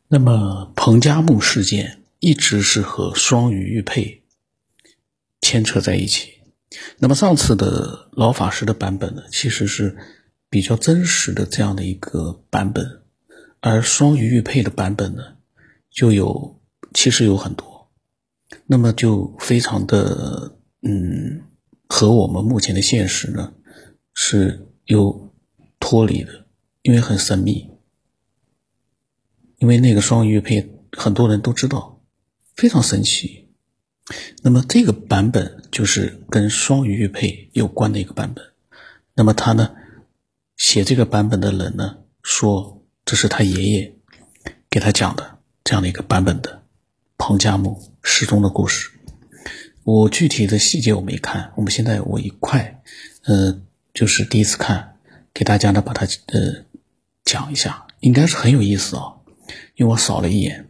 那么彭加木事件一直是和双鱼玉佩牵扯在一起。那么上次的老法师的版本呢，其实是比较真实的这样的一个版本，而双鱼玉佩的版本呢，其实有很多，那么就非常的和我们目前的现实呢是有脱离的，因为很神秘。因为那个双鱼玉佩很多人都知道，非常神奇。那么这个版本就是跟双鱼玉佩有关的一个版本。那么他呢，写这个版本的人呢，说这是他爷爷给他讲的这样的一个版本的彭加木失踪的故事。我具体的细节我没看，现在我一块就是第一次看，给大家呢把它讲一下，应该是很有意思啊。因为我扫了一眼，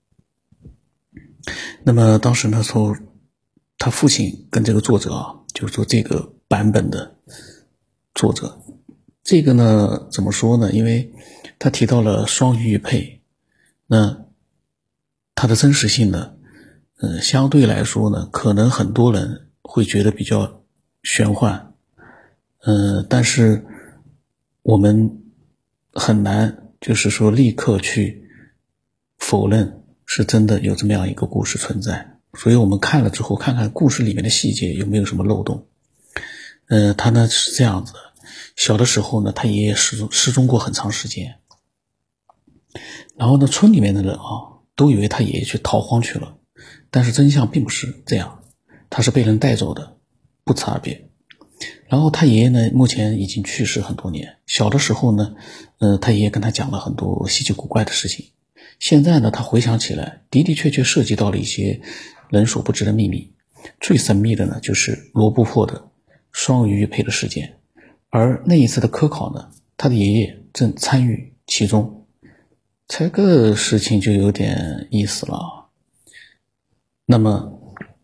那么当时呢，说他父亲跟这个作者啊，就是说这个版本的作者，这个呢怎么说呢？因为他提到了双鱼玉佩，那它的真实性呢，相对来说呢，可能很多人会觉得比较玄幻，但是我们很难就是说立刻去否认是真的有这么样一个故事存在，所以我们看了之后，看看故事里面的细节有没有什么漏洞。他呢是这样子的，小的时候呢，他爷爷失踪过很长时间，然后呢，村里面的人啊，都以为他爷爷去逃荒去了，但是真相并不是这样，他是被人带走的，不辞而别。然后他爷爷呢，目前已经去世很多年。小的时候呢，他爷爷跟他讲了很多稀奇古怪的事情。现在呢，他回想起来，的的确确涉及到了一些人所不知的秘密。最神秘的呢，就是罗布泊的双鱼玉佩的事件。而那一次的科考呢，他的爷爷正参与其中。这个事情就有点意思了。那么，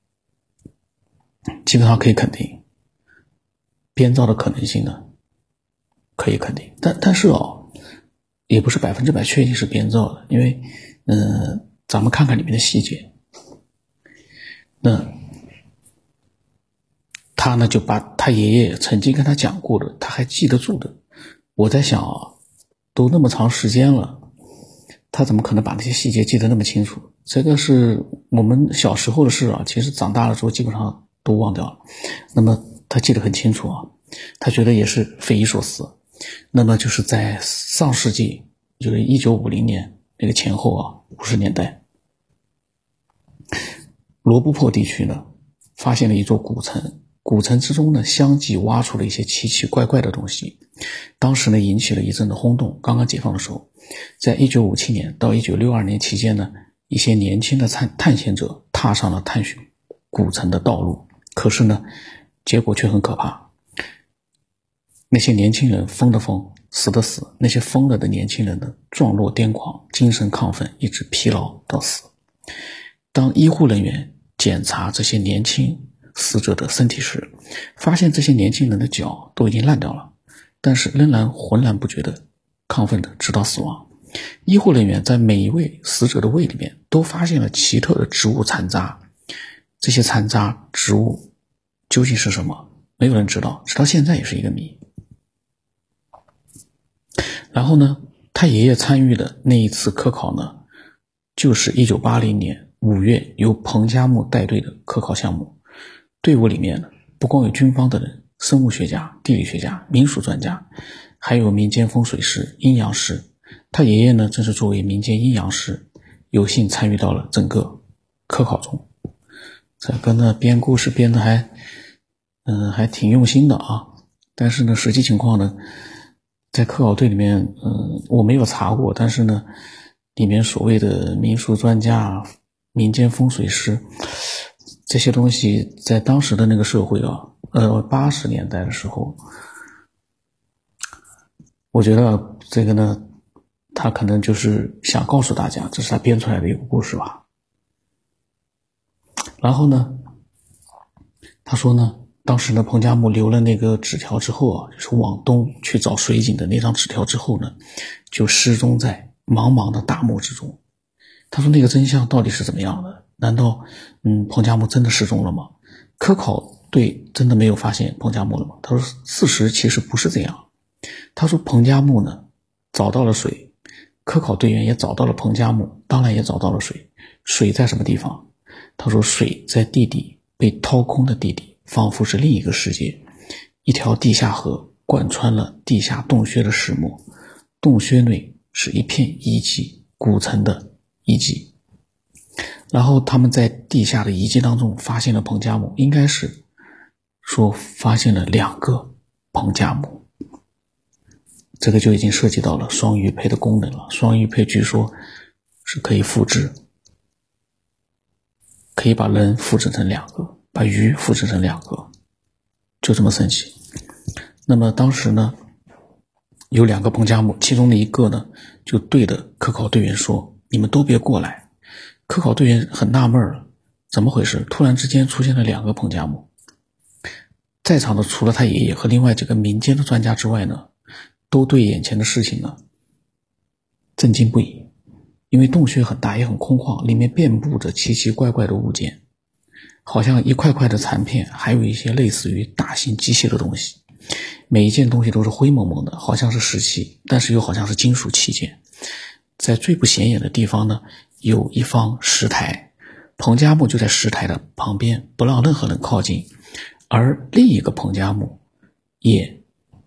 基本上可以肯定，编造的可能性呢，可以肯定，但是也不是100%确定是编造的，因为咱们看看里面的细节。那他呢就把他爷爷曾经跟他讲过的，他还记得住的。我在想都那么长时间了，他怎么可能把那些细节记得那么清楚？这个是我们小时候的事其实长大了之后基本上都忘掉了。那么他记得很清楚他觉得也是匪夷所思。那么就是在上世纪，就是1950年那个前后50年代，罗布泊地区呢发现了一座古城，古城之中呢相继挖出了一些奇奇怪怪的东西。当时呢引起了一阵的轰动。刚刚解放的时候，在1957年到1962年期间呢，一些年轻的探险者踏上了探寻古城的道路。可是呢，结果却很可怕。那些年轻人疯的疯，死的死，那些疯了的年轻人呢，状若癫狂，精神亢奋，一直疲劳到死。当医护人员检查这些年轻死者的身体时，发现这些年轻人的脚都已经烂掉了，但是仍然浑然不觉的亢奋的直到死亡。医护人员在每一位死者的胃里面都发现了奇特的植物残渣，这些残渣植物究竟是什么，没有人知道，直到现在也是一个谜。然后呢，他爷爷参与的那一次科考呢，就是1980年5月由彭加木带队的科考项目。队伍里面呢，不光有军方的人，生物学家、地理学家、民俗专家，还有民间风水师、阴阳师。他爷爷呢，正是作为民间阴阳师，有幸参与到了整个科考中。这个呢，编故事编的还挺用心的但是呢，实际情况呢，在科考队里面，我没有查过，但是呢，里面所谓的民俗专家、民间风水师，这些东西在当时的那个社会80年代的时候，我觉得这个呢，他可能就是想告诉大家，这是他编出来的一个故事吧。然后呢，他说呢，当时呢，彭加木留了那个纸条之后就是往东去找水井的那张纸条之后呢，就失踪在茫茫的大漠之中。 他说那个真相到底是怎么样的？难道彭加木真的失踪了吗？科考队真的没有发现彭加木了吗？他说事实其实不是这样。他说彭加木呢找到了水，科考队员也找到了彭加木，当然也找到了水。水在什么地方？他说水在地底，被掏空的地底，仿佛是另一个世界。一条地下河贯穿了地下洞穴的始末，洞穴内是一片遗迹，古城的遗迹。然后他们在地下的遗迹当中发现了彭加木，应该是说发现了2个彭加木。这个就已经涉及到了双鱼配的功能了。双鱼配据说是可以复制，可以把人复制成2个，把鱼复制成2个，就这么神奇。那么当时呢，有2个彭加木，其中的一个呢就对着科考队员说：“你们都别过来。”科考队员很纳闷了，怎么回事？突然之间出现了2个彭加木。在场的除了他爷爷和另外几个民间的专家之外呢，都对眼前的事情呢震惊不已。因为洞穴很大也很空旷，里面遍布着奇奇怪怪的物件，好像一块块的残片，还有一些类似于大型机械的东西。每一件东西都是灰蒙蒙的，好像是石器，但是又好像是金属器件。在最不显眼的地方呢，有一方石台，彭加木就在石台的旁边，不让任何人靠近。而另一个彭加木也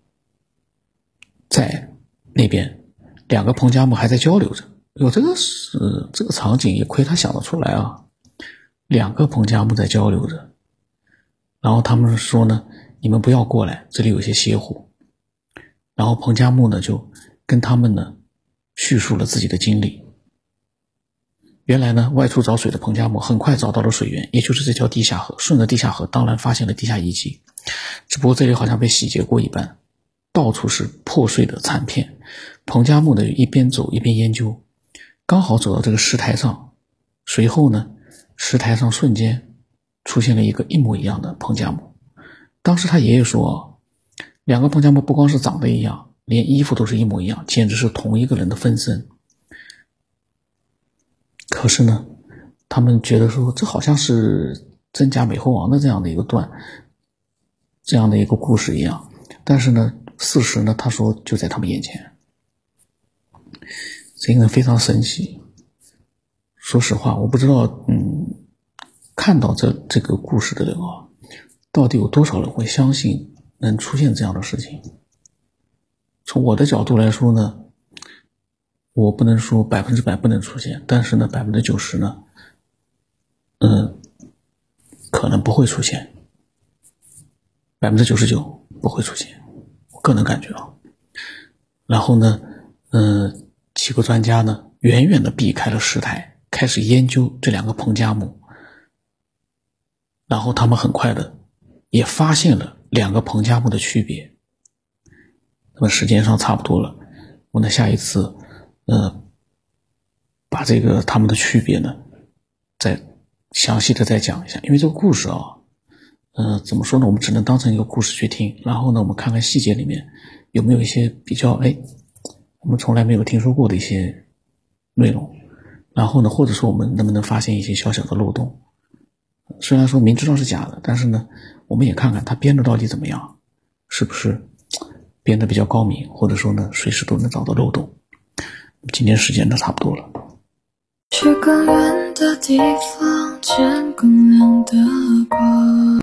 在那边，2个彭加木还在交流着。这个场景也亏他想得出来啊！2个彭加木在交流着，然后他们说呢：“你们不要过来，这里有些邪乎。”然后彭加木呢就跟他们呢叙述了自己的经历。原来呢，外出找水的彭加木很快找到了水源，也就是这条地下河。顺着地下河，当然发现了地下遗迹，只不过这里好像被洗劫过一般，到处是破碎的残片。彭加木呢一边走一边研究，刚好走到这个石台上，随后呢，石台上瞬间出现了一个一模一样的彭加木。当时他爷爷说，2个彭加木不光是长得一样，连衣服都是一模一样，简直是同一个人的分身。可是呢，他们觉得说这好像是真假美猴王的这样的一个故事一样。但是呢，事实呢，他说就在他们眼前。这个人非常神奇。说实话，我不知道看到这个故事的人啊，到底有多少人会相信能出现这样的事情。从我的角度来说呢，我不能说100%不能出现，但是呢90%呢可能不会出现，99%不会出现，我个人感觉啊。然后呢几个专家呢远远地避开了石台，开始研究这2个彭加木。然后他们很快的也发现了2个彭加木的区别。那么时间上差不多了，我呢下一次把这个他们的区别呢再详细的再讲一下。因为这个故事啊怎么说呢，我们只能当成一个故事去听，然后呢我们看看细节里面有没有一些比较我们从来没有听说过的一些内容，然后呢或者说我们能不能发现一些小小的漏洞。虽然说明知道是假的，但是呢我们也看看他编的到底怎么样，是不是编的比较高明，或者说呢随时都能找到漏洞。今天时间都差不多了。 去更远的地方，见更亮的光。